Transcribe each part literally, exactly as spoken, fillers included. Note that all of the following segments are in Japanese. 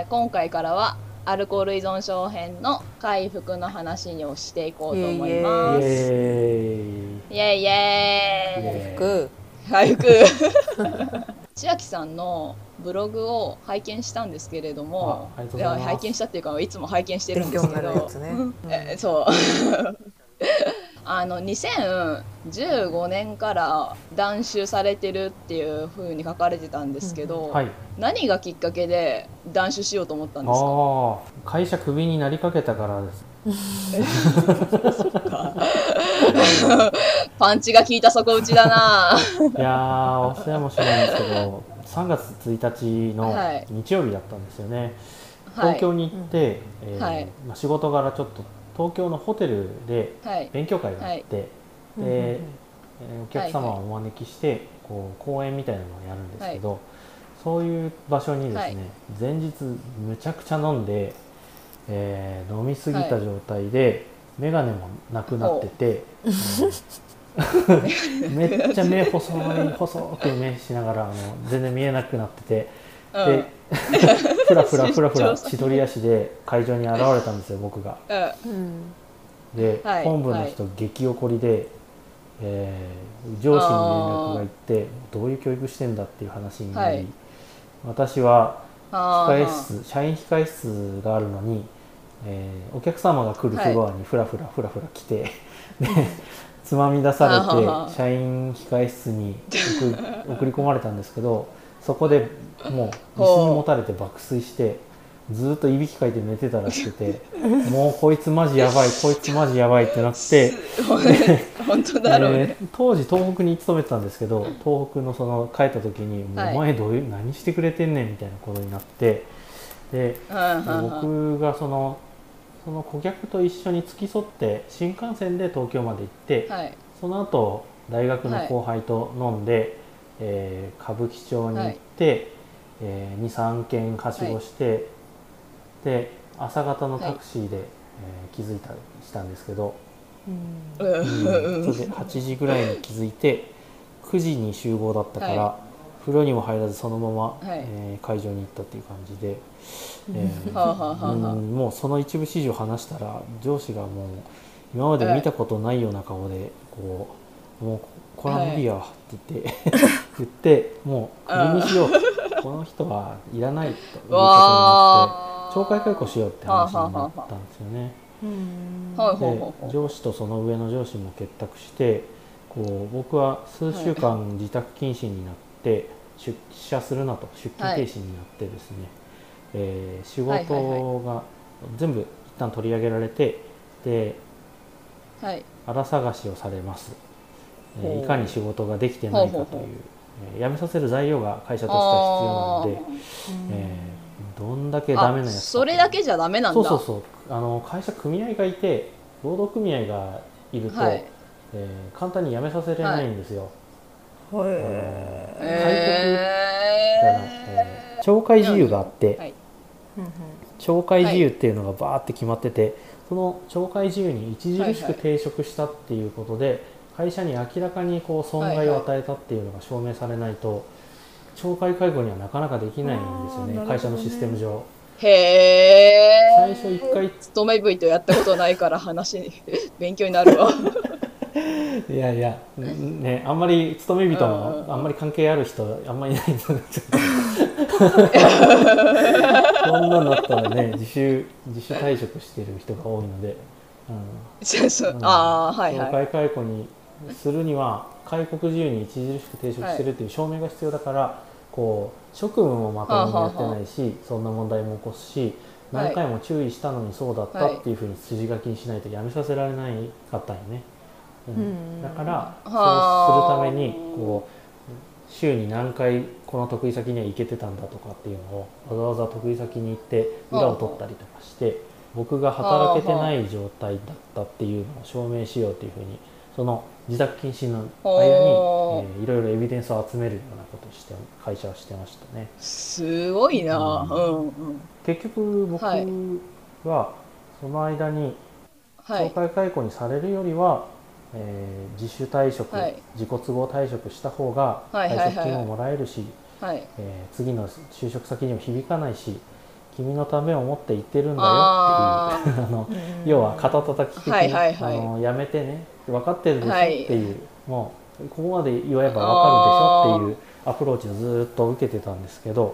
ー、今回からはアルコール依存症編の回復の話をしていこうと思います。イエーイイエーイイエーイ回復千秋さんのブログを拝見したんですけれども、いや拝見したっていうかいつも拝見してるんですけど、ねうんえー、そうあのにせんじゅうごねんから断酒されてるっていう風に書かれてたんですけど、うんはい、何がきっかけで断酒しようと思ったんですか？ あ会社クビになりかけたからですそっかパンチが効いた底打ちだないやー忘れもしないんですけどさんがつついたちの日曜日だったんですよね、はい、東京に行って、はいえーはいまあ、仕事柄ちょっと東京のホテルで勉強会があって、はい、で、お客様をお招きしてこう講演みたいなのをやるんですけど、はい、そういう場所にですね、はい、前日むちゃくちゃ飲んで、えー、飲みすぎた状態で、はい、眼鏡もなくなってて、めっちゃ目細い細く目しながらあの全然見えなくなってて、うん、でふらふらふらふら千鳥足で会場に現れたんですよ僕が、うん、で、はい、本部の人、はい、激怒りで、えー、上司に連絡がいってどういう教育してんだっていう話になり、はい、私は控え室社員控え室があるのに、えー、お客様が来るフロアにふらふらふらふら来て、はい、でつまみ出されて社員控え室に送り込まれたんですけどそこでもう椅子にもたれて爆睡してずっといびきかいて寝てたらしくてもうこいつマジやばいこいつマジやばいってなって本当だろうね、 当時東北に勤めてたんですけど東北のその帰った時にもうお前どういう何してくれてんねんみたいなことになってで僕がそのその顧客と一緒に付き添って新幹線で東京まで行って、はい、その後大学の後輩と飲んで、はいえー、歌舞伎町に行って、はいえー、にさんけんはしごして、はい、で朝方のタクシーで、はいえー、気づいたりしたんですけど、うんうん、それではちじぐらいに気づいてくじに集合だったから、はい、風呂にも入らずそのまま、はいえー、会場に行ったっていう感じで。えー、うんもうその一部始終話したら上司がもう今まで見たことないような顔でこうもうこれは無理やって言って、はい、言ってもうクビにしようこの人はいらないということになって懲戒解雇しようって話になったんですよね。で上司とその上の上司も結託してこう僕は数週間自宅謹慎になって出社するなと出勤停止になってですね、はいえー、仕事が全部一旦取り上げられてで、はい、荒探しをされます、えー、いかに仕事ができてないかという、えー、辞めさせる材料が会社としては必要なので、えー、どんだけダメなやつかそれだけじゃダメなんだ。 そうそうそうあの会社組合がいて労働組合がいると、はいえー、簡単に辞めさせれないんですよ。はい、えー、開国じゃない、えー、懲戒自由があって、はい懲戒自由っていうのがバーって決まってて、はい、その懲戒自由に著しく抵触したっていうことで、はいはい、会社に明らかにこう損害を与えたっていうのが証明されないと懲戒解雇にはなかなかできないんですよ ね, ね会社のシステム上。 へえ最初一回勤め V とやったことないから話に勉強になるわいやいや、ね、あんまり勤め人もあんまり関係ある人あんまりいないんですよこんなのだったらね自主自主退職してる人が多いので、 うん、ああはいはい。 懲戒解雇にするには開国自由に著しく抵触してるっていう証明が必要だから、はい、こう職務もまともにやってないし、はははそんな問題も起こすし何回も注意したのにそうだったっていうふうに筋書きにしないとやめさせられないかったんよね。うん、だからそうするためにこう週に何回この得意先には行けてたんだとかっていうのをわざわざ得意先に行って裏を取ったりとかして僕が働けてない状態だったっていうのを証明しようっていうふうにその自宅謹慎の間に、えー、いろいろエビデンスを集めるようなことをして会社はしてましたね。 すごいな、うんうんうん、 結局僕はその間に懲戒解雇にされるよりはえー、自主退職、はい、自己都合退職した方が退職金ももらえるし、はいはいはいえー、次の就職先にも響かないし君のためを思って言ってるんだよっていうあの要は肩叩き的に、はいはいはい、あのやめてね分かってるでしょっていう、はい、もうここまで言えば分かるでしょっていうアプローチをずっと受けてたんですけど、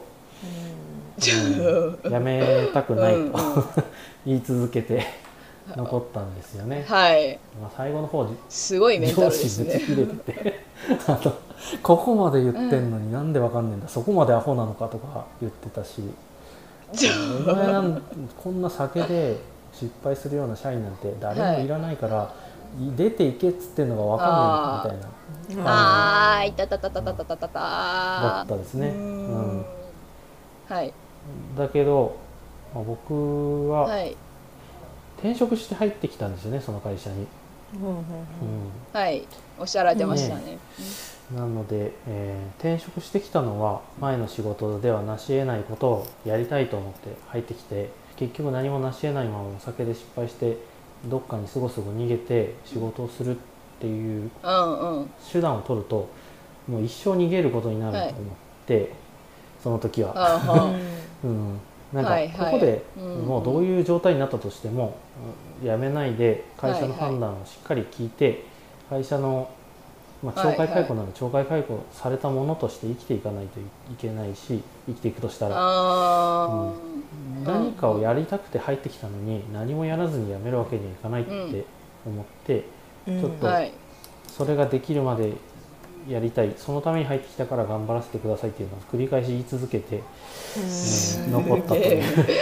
うん、やめたくないと、うん、言い続けて残ったんですよね。 はい、 まあ、最後の方すごいメンタルですね。 上司ぶち切れててあのここまで言ってんのになんで分かんねえんだ、うん、そこまでアホなのかとか言ってたしお前なんこんな酒で失敗するような社員なんて誰もいらないから、はい、出ていけっつってんのが分かんないみたいなああいたたたたたたたたただったですね。うん、 はい、 だけど、まあ、僕は転職して入ってきたんですよね、その会社に。 うんうんうん、はいおっしゃられてましたね。ねなので、えー、転職してきたのは前の仕事では成し得ないことをやりたいと思って入ってきて、結局何も成し得ないままお酒で失敗してどっかにすごすご逃げて仕事をするっていう手段を取るともう一生逃げることになると思って、はい、その時は、うん、なんかここでもうどういう状態になったとしても辞めないで会社の判断をしっかり聞いて、会社のまあ、懲戒解雇なら懲戒解雇されたものとして生きていかないといけないし、生きていくとしたら、うん、何かをやりたくて入ってきたのに何もやらずに辞めるわけにはいかないって思って、うん、ちょっとそれができるまでやりたい、そのために入ってきたから頑張らせてくださいっていうのを繰り返し言い続けて、うん、残ったという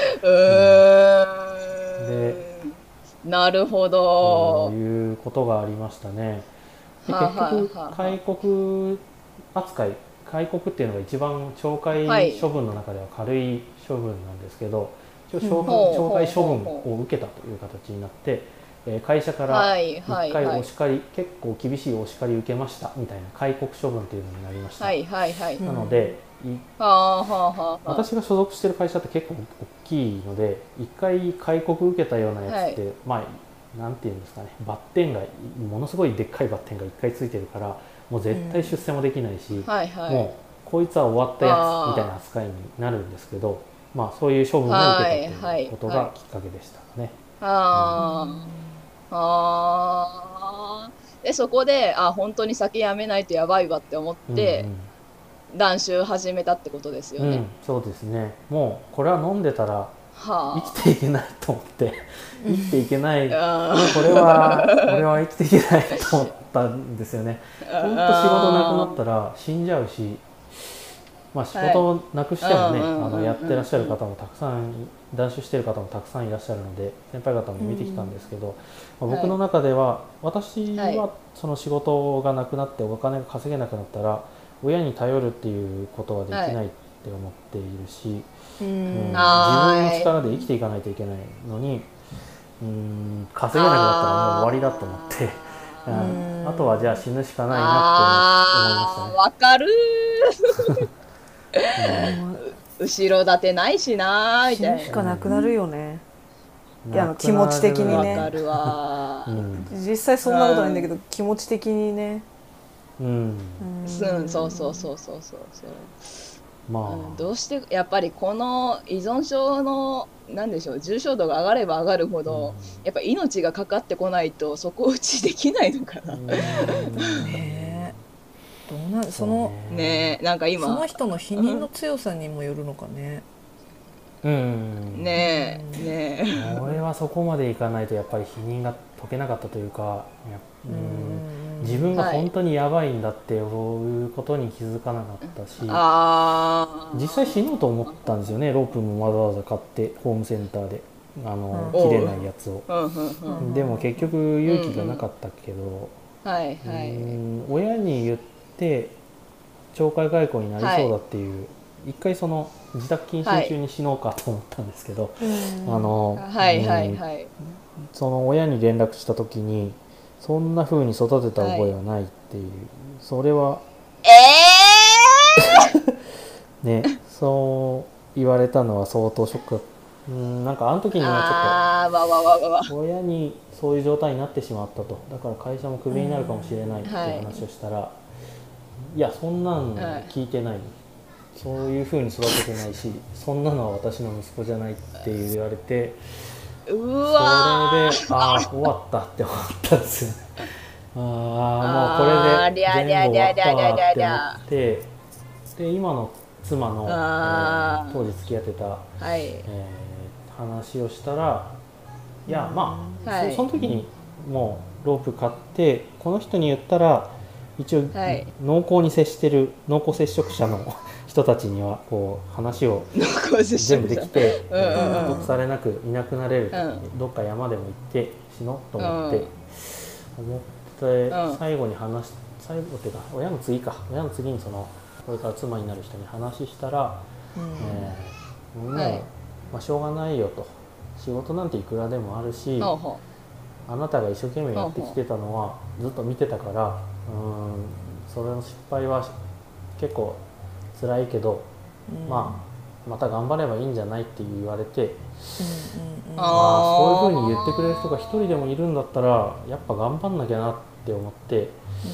で、 なるほど、 そういうことがありましたね。で結局戒告扱い、戒告っていうのが一番懲戒処分の中では軽い処分なんですけど、一応懲戒処分を受けたという形になって、会社からいっかいお叱り、結構厳しいお叱り受けましたみたいな戒告処分というのになりました。 はいはいはい、 なので、うん、私が所属している会社って結構大きいので、いっかい戒告受けたようなやつって、はい、まあなんていうんですかね、バッテンがものすごいでっかいバッテンがいっかいついてるからもう絶対出世もできないし、うんはいはい、もうこいつは終わったやつみたいな扱いになるんですけど、まあそういう処分を受けたということがきっかけでしたね。 あ、うん、あでそこであ本当に酒やめないとやばいわって思って、うんうん、断酒始めたってことですよね。うん、 そうですね。もうこれは飲んでたら生きていけないと思って生きていけないこれは俺は生きていけないと思ったんですよね。本当仕事なくなったら死んじゃうし、まあ、仕事をなくしてもね、あのやってらっしゃる方もたくさん断酒してる方もたくさんいらっしゃるので先輩方も見てきたんですけど、まあ、僕の中では私はその仕事がなくなってお金が稼げなくなったら親に頼るっていうことはできないって思っているし、うん、自分の力で生きていかないといけないのに、うん、稼げなくなったらもう終わりだと思って、あ, あとはじゃあ死ぬしかないなって思いましたね。 わかるうん、後ろ盾ないしなみたいな。 死ぬしかなくなるよね、うん、いや気持ち的にね。 わかるわ、うん、 実際そんなことないんだけど、うん、気持ち的にね、 うん、 うん、そうそうそうそうそうそうまあうん、どうしてやっぱりこの依存症のなんでしょう重症度が上がれば上がるほど、うん、やっぱ命がかかってこないと底打ちできないのかな。 ねえどうなそのねえなんか今その人の否認の強さにもよるのかね。 うん、 ねえねえ俺はそこまでいかないとやっぱり否認が解けなかったというか、うん自分が本当にやばいんだっていうことに気づかなかったし、はい、実際死のうと思ったんですよね。ロープもわざわざ買ってホームセンターであの、うん、切れないやつを、うん、でも結局勇気がなかったけど、 うんはいはい、 うん親に言って懲戒解雇になりそうだっていう、はい、一回その自宅謹慎中に死のうかと思ったんですけど、はい、あの、はいはいはい、その親に連絡した時にそんな風に育てた覚えはないっていう、はい、それはえーねそう言われたのは相当ショックだった。うんなんかあの時にはちょっと親にそういう状態になってしまったと、だから会社もクビになるかもしれないっていう話をしたら、はい、いやそんなん聞いてない、はい、 そういう風に育ててないし、そんなのは私の息子じゃないって言われて、 うわそれでああ終わったって思ったんですよね。ああもうこれで全部終わったわって思って、で今の妻の、えー、当時付き合ってた、はいえー、話をしたら、いやまあ、はい、そ, その時にもうロープ買ってこの人に言ったら一応、はい、濃厚に接してる濃厚接触者の人たちにはこう話を全部できて納得されなくいなくなれる、うん、どっか山でも行って死のうと思って、うん、思って、うん、最後に話し最後っていうか親の次か親の次にそのこれから妻になる人に話したら、うんえー、もう、はいまあ、しょうがないよと、仕事なんていくらでもあるし、ほうほうあなたが一生懸命やってきてたのはずっと見てたから、うんそれの失敗は結構辛いけど、うんまあ、また頑張ればいいんじゃないって言われて、うんうんうんまあ、そういうふうに言ってくれる人が一人でもいるんだったらやっぱ頑張んなきゃなって思って、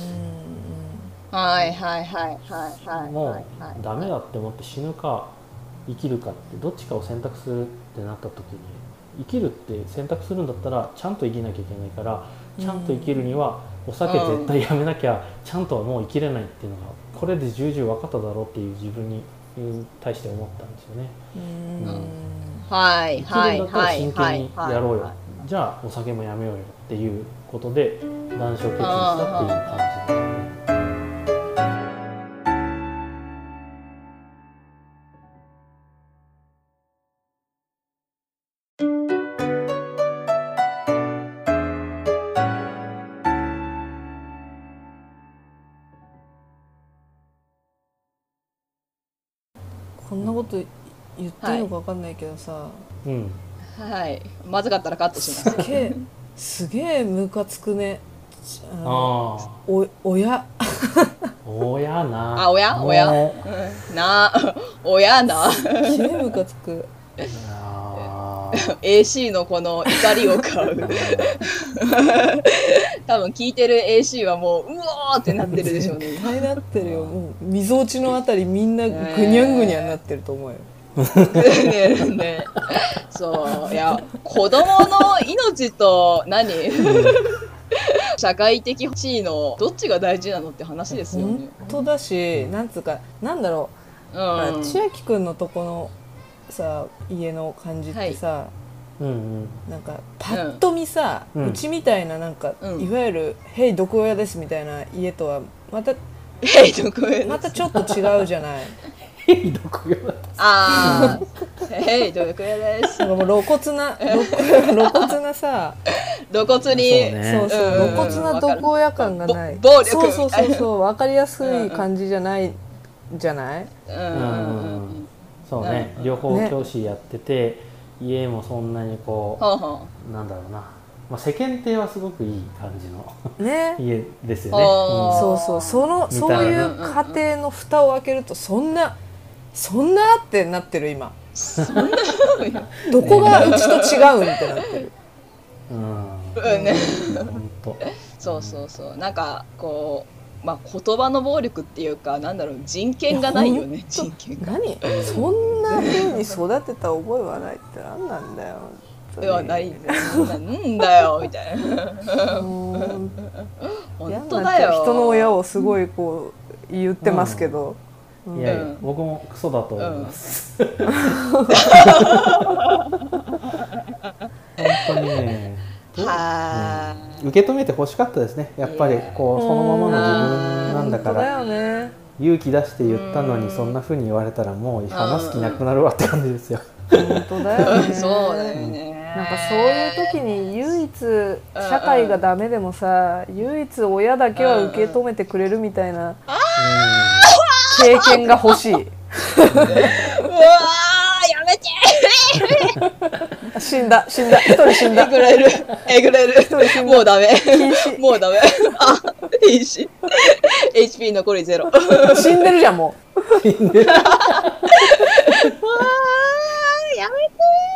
はいはいはいはいはいもうダメだって思って死ぬか生きるかってどっちかを選択するってなった時に、生きるって選択するんだったらちゃんと生きなきゃいけないから、ちゃんと生きるにはお酒絶対やめなきゃちゃんとはもう生きれないっていうのがこれで重々分かっただろうっていう自分に対して思ったんですよね。うんうん、 はいはい生きるんだったら真剣にやろうよ、じゃあお酒もやめようよっていうことで断酒を決意したっていう感じですね。 こんなこと言っていいのか分かんないけどさ、はい、うん、はい、まずかったらカットします。 すげえ、すげえムカつくね。ああお親親なあ親親、うん、な親なすげえムカつく。 エーシー のこの怒りを買う多分聞いてる エーシー はもううわーってなってるでしょうね。 絶対なってるよ。もうみぞおちのあたりみんなぐにゃんぐにゃんなってると思うよ。 ねねそういや子供の命と何社会的地位のどっちが大事なのって話ですよね。 本当だし、なんつうかなんだろう、うん、千秋くんのとこのさ家の感じってさ、はいうんうん、なんかパッと見さ、うん、うちみたいななんか、うん、いわゆる「へい毒親です」みたいな家とはまたへい毒親です、 またちょっと違うじゃない。 へい毒親です。 ああ、へい毒親です。 なんかもう露骨な露骨なさ露骨にそう、ね、そうそう、うん、露骨な毒親感がない。暴力そうそうそうそう分かりやすい感じじゃないじゃない。うんうんうんうんそうね、うん、両方教師やってて、ね、家もそんなにこう、はあはあ、なんだろうな、まあ、世間体はすごくいい感じの、ね、家ですよね、 うん、そうそうそのそういう家庭の蓋を開けるとそんなそんなってなってる今そんなどこがうちと違うんってなってるうん、うんね、そうそうそうなんかこうまあ、言葉の暴力っていうかなんだろう人権がないよね。人権が何そんな風に育てた覚えはないって何なんだよ。 ではないんだよ。なんだよみたいな。本当だよ。 人の親をすごいこう言ってますけど、 うんうん、いやいや僕もクソだと思います。うん、本当にね。はうん、受け止めて欲しかったですね。やっぱりこうそのままの自分なんだから、ね、勇気出して言ったのにそんな風に言われたらもう話す気なくなるわって感じですよ。 本当だよね。 そうだよね。 なんかそういう時に唯一社会がダメでもさ、唯一親だけは受け止めてくれるみたいな経験が欲しい。うわーやめて死んだ死んだ一人死んだえぐられるえぐられるもうダメもうダメあ瀕死 エイチピー 残りゼロ死んでるじゃんもう死んでるわーやめて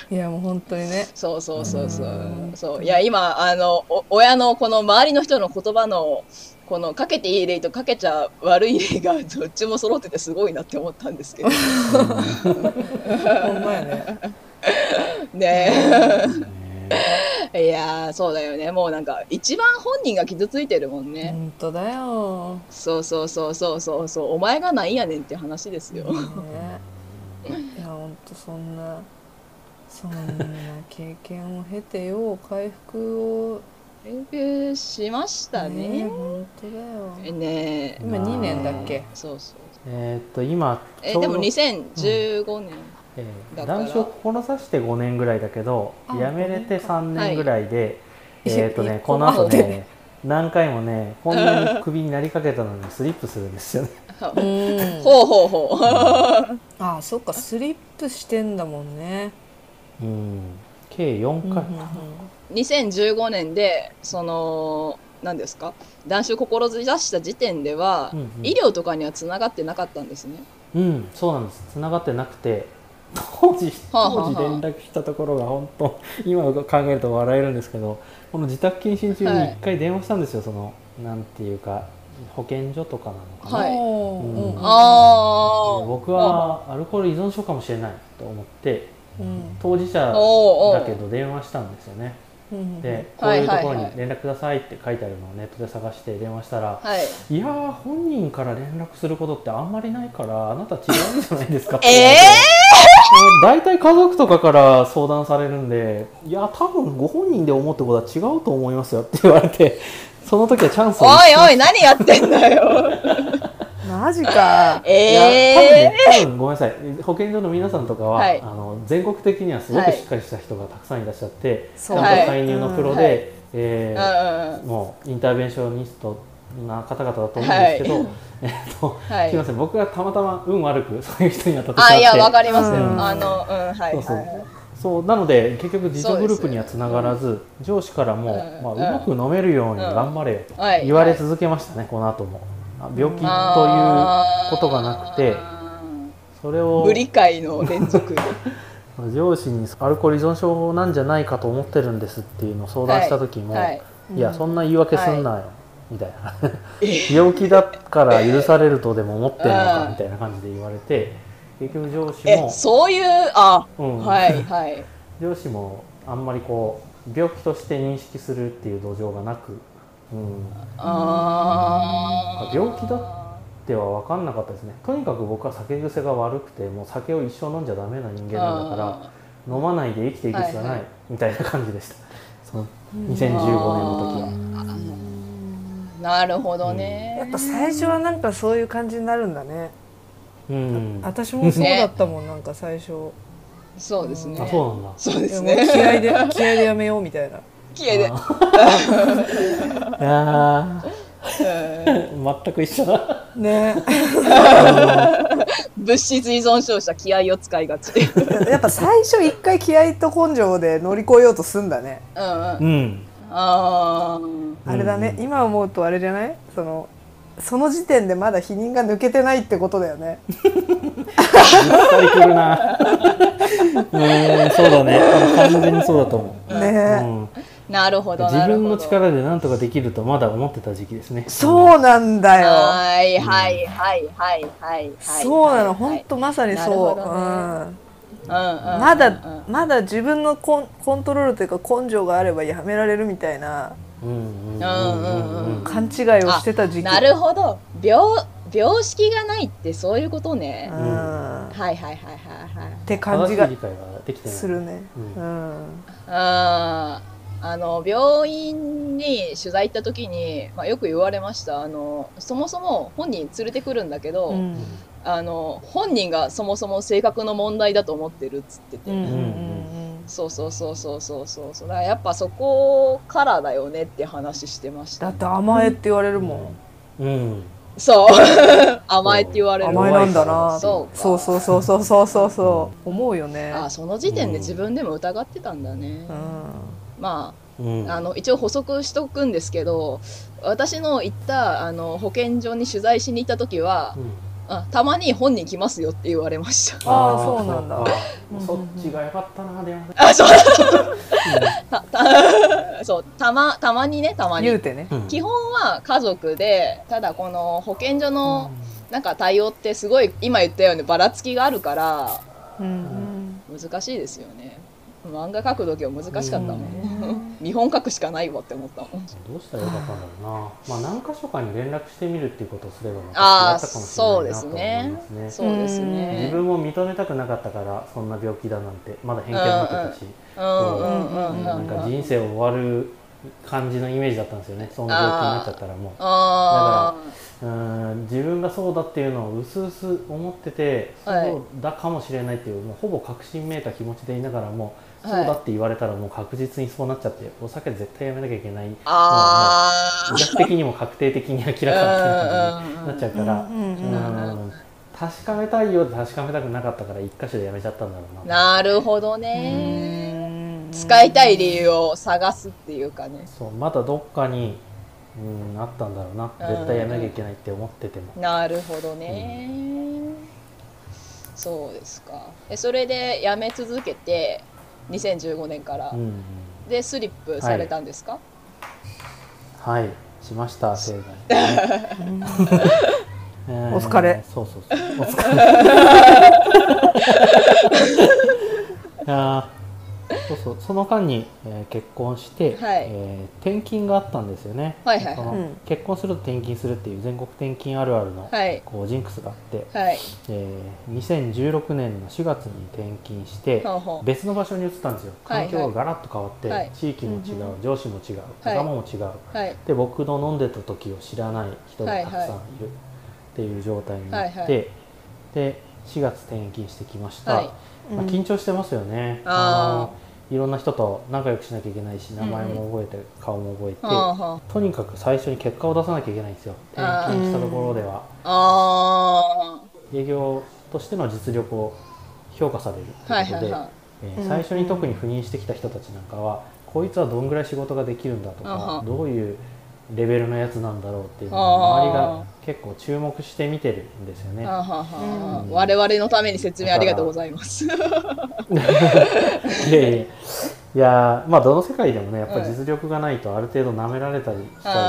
いやもう本当にね。 そうそうそうそう。そういや今あの親のこの周りの人の言葉のこのかけていい例とかけちゃ悪い例がどっちも揃っててすごいなって思ったんですけど。ほんまやね。 ねえ。いやそうだよね。もうなんか一番本人が傷ついてるもんね。 本当だよ。 そうそうそうそうそうそう。お前がなんやねんって話ですよ。ね、 いや本当そんなそんな経験を経てよ回復を回復しましたね。 ね本当だよ。 ね今にねんだっけ。 そうそう。 えー、っと今えでもにせんじゅうごねん。うんえー、男子を志してごねんぐらいだけど辞めれてさんねんぐらいで、はい、えー、っとねこの後ね何回もねこんなにクビになりかけたのにスリップするんですよね。 うんほうほうほう。 ああそっかスリップしてんだもんね。 うん計よんかいかな。 にせんじゅうごねんでその何ですか男子を志した時点では、うんうん、医療とかにはつながってなかったんですね。 うんそうなんです。つながってなくて当時当時連絡したところが本当今考えると笑えるんですけどこの自宅謹慎中にいっかい電話したんですよ、はい、そのなんていうか保健所とかなのかな、はいうん、あ僕はアルコール依存症かもしれないと思って、うん、当事者だけど電話したんですよね。でこういうところに連絡くださいって書いてあるのをネットで探して電話したら、はい、いやー本人から連絡することってあんまりないからあなた違うんじゃないですかって言われて、えー、大体家族とかから相談されるんでいや多分ご本人で思ってることは違うと思いますよって言われてその時はチャンスをおいおい何やってんだよマジか。 ええー、多分ね、多分ごめんなさい。保健所の皆さんとかは、はい、あの全国的にはすごくしっかりした人がたくさんいらっしゃって、はい、ちゃんと介入のプロで、はいえーうん、もうインターベンショニストな方々だと思うんですけど、はい、えっと、はい、すみません。僕がたまたま運悪くそういう人に当たってしまって、 あいやわかりますよ。うん、あのうんはい。そうそうはいそうなので結局自助グループにはつながらず、上司からも、うんまあ、うまく飲めるように頑張れと言われ続けましたね、はい、この後も。病気ということがなくてそれを無理解の連続上司にアルコール依存症なんじゃないかと思ってるんですっていうのを相談した時も、はいはい、いやそんな言い訳すんなよ、はい、みたいな病気だから許されるとでも思ってるのかみたいな感じで言われて結局上司もえそういうあ、うん、はいはい上司もあんまりこう病気として認識するっていう土壌がなくうん、あ病気だっては分かんなかったですね。とにかく僕は酒癖が悪くてもう酒を一生飲んじゃダメな人間なんだから飲まないで生きていくしかない、はいはい、みたいな感じでしたそのにせんじゅうごねんの時は。 なるほどね、 うん、やっぱ最初はなんかそういう感じになるんだね、うん、私もそうだったもん、ね、なんか最初そうですね。 あそうなんだ。 そうですね。 気合で気合でやめようみたいな気合で。 あ全く一緒だね。 物質依存症者気合を使いがち。 やっぱ最初一回気合と根性で乗り越えようとすんだね。 うんうん。うん、 ああ。あれだね。今思うとあれじゃない？そのその時点でまだ否認が抜けてないってことだよね。 ゆったりくるな。うんそうだね。完全にそうだと思う。 ね。うんなるほど自分の力で何とかできるとまだ思ってた時期ですね。 そうなんだよ。 はいはいはいはいはいそうなの本当まさにそう。まだまだ自分のコン、コントロールというか根性があればやめられるみたいな勘違いをしてた時期。 なるほど。病病識がないってそういうことね。うん、はいはいはいはいはい。 って感じがするね。うん。 ああ。あの病院に取材行った時に、まあ、よく言われました。あのそもそも本人連れてくるんだけど、うん、あの本人がそもそも性格の問題だと思ってるっつってて、うんうんうん、そうそうそうそうそうそうそうだからやっぱそこからだよねって話してました。 だって甘えって言われるもん、うんうん、そう甘えって言われる。 甘えなんだな。そうそうそうそうそうそうそうそう思うよね。 あその時点で自分でも疑ってたんだね、うんまあ、うん、あの一応補足しとくんですけど私の行ったあの保健所に取材しに行った時は、 あ、たまに本人来ますよって言われました。 ああ、そうなんだ。 そっちが良かったな、電話で。 あ、そうたたそう、たまたまにね、たまに言うてね。 基本は家族で、ただこの保健所のなんか対応ってすごい今言ったようにばらつきがあるから、うん、難しいですよね。漫画描く時は難しかったもん。見本書くしかないわって思ったもん。 どうしたらよかったんだろうな。まあ何か所かに連絡してみるっていうことをすればまた違ったかもしれないなと思いますね。 そうですね。 自分も認めたくなかったからそんな病気だなんてまだ偏見持ってたし、なんか人生を終わる感じのイメージだったんですよね。そんな病気になっちゃったらもう。だからうん自分がそうだっていうのをうすうす思ってて、そうだかもしれないっていう、もうほぼ確信めいた気持ちでいながらも。そうだって言われたらもう確実にそうなっちゃって、お酒絶対やめなきゃいけない、医学的にも確定的に明らかになっちゃうから、確かめたいようで確かめたくなかったから一箇所でやめちゃったんだろうな。なるほどね。使いたい理由を探すっていうかね。 そう、まだどっかにうんあったんだろうな、絶対やめなきゃいけないって思ってても。 なるほどね、うん、そうですか。えそれでやめ続けてにせんじゅうごねんから、うん、でスリップされたんですか？ はい、はい、しました盛大お疲れ。 そうそうそうお疲れいやそうそう、その間に、えー、結婚して、はい、えー、転勤があったんですよね、はいはいはい、その結婚すると転勤するっていう全国転勤あるあるの、はい、こうジンクスがあって、はい、えー、にせんじゅうろくねんのしがつに転勤して別の場所に移ったんですよ。環境がガラッと変わって、はいはい、地域も違う、うん、上司も違う、仲間も違う、はい、で僕の飲んでた時を知らない人がたくさんいるっていう状態になって、はいはい、でしがつ転勤してきました、はい、まあ、緊張してますよね、うん、あのいろんな人と仲良くしなきゃいけないし、名前も覚えて、うん、顔も覚えて、うん、とにかく最初に結果を出さなきゃいけないんですよ、転勤したところでは。あ営業としての実力を評価されるということで、最初に特に赴任してきた人たちなんかは、こいつはどんぐらい仕事ができるんだとか、どういうレベルのやつなんだろうっていうのを周りが結構注目して見てるんですよね。あはは、うん、我々のために説明ありがとうございます。いやいやいや、まあどの世界でもね、やっぱり実力がないとある程度舐められたりしちゃうから、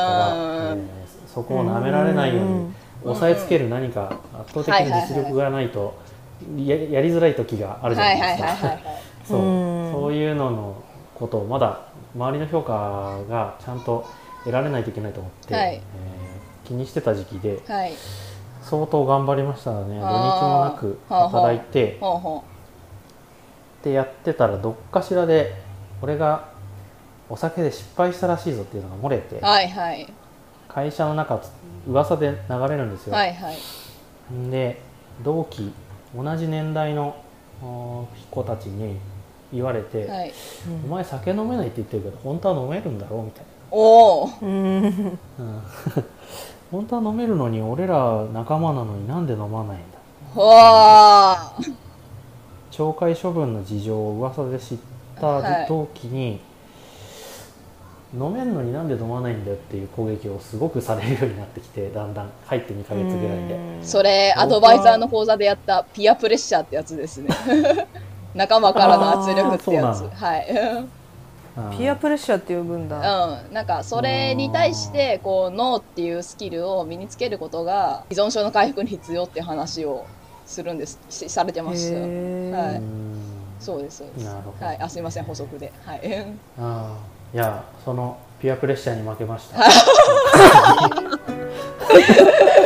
えー、そこを舐められないように抑えつける何か圧倒的な実力がないと や, やりづらい時があるじゃないですか。そう、そういうののことをまだ周りの評価がちゃんと得られないといけないと思って、はい、えー、気にしてた時期で、はい、相当頑張りましたね。土日もなく働いて、ほうほうでやってたらどっかしらで俺がお酒で失敗したらしいぞっていうのが漏れて、はいはい、会社の中噂で流れるんですよ、はいはい、で同期同じ年代の子たちに言われて、はい、お前酒飲めないって言ってるけど本当は飲めるんだろうみたいな。おー、うん、本当は飲めるのに俺ら仲間なのになんで飲まないんだ。わー、懲戒処分の事情を噂で知った同期に、はい、飲めるのになんで飲まないんだよっていう攻撃をすごくされるようになってきて、だんだん入ってにかげつぐらいで。 それアドバイザーの講座でやったピアプレッシャーってやつですね。仲間からの圧力ってやつ。はい。 ピアプレッシャーって呼ぶんだ。うん、なんかそれに対してこうノーっていうスキルを身につけることが依存症の回復に必要っていう話をするんですしされてました。はい。そうですそうです。なるほど。はい。あ、すみません補足で。はい。 ああ、いやそのピアプレッシャーに負けました。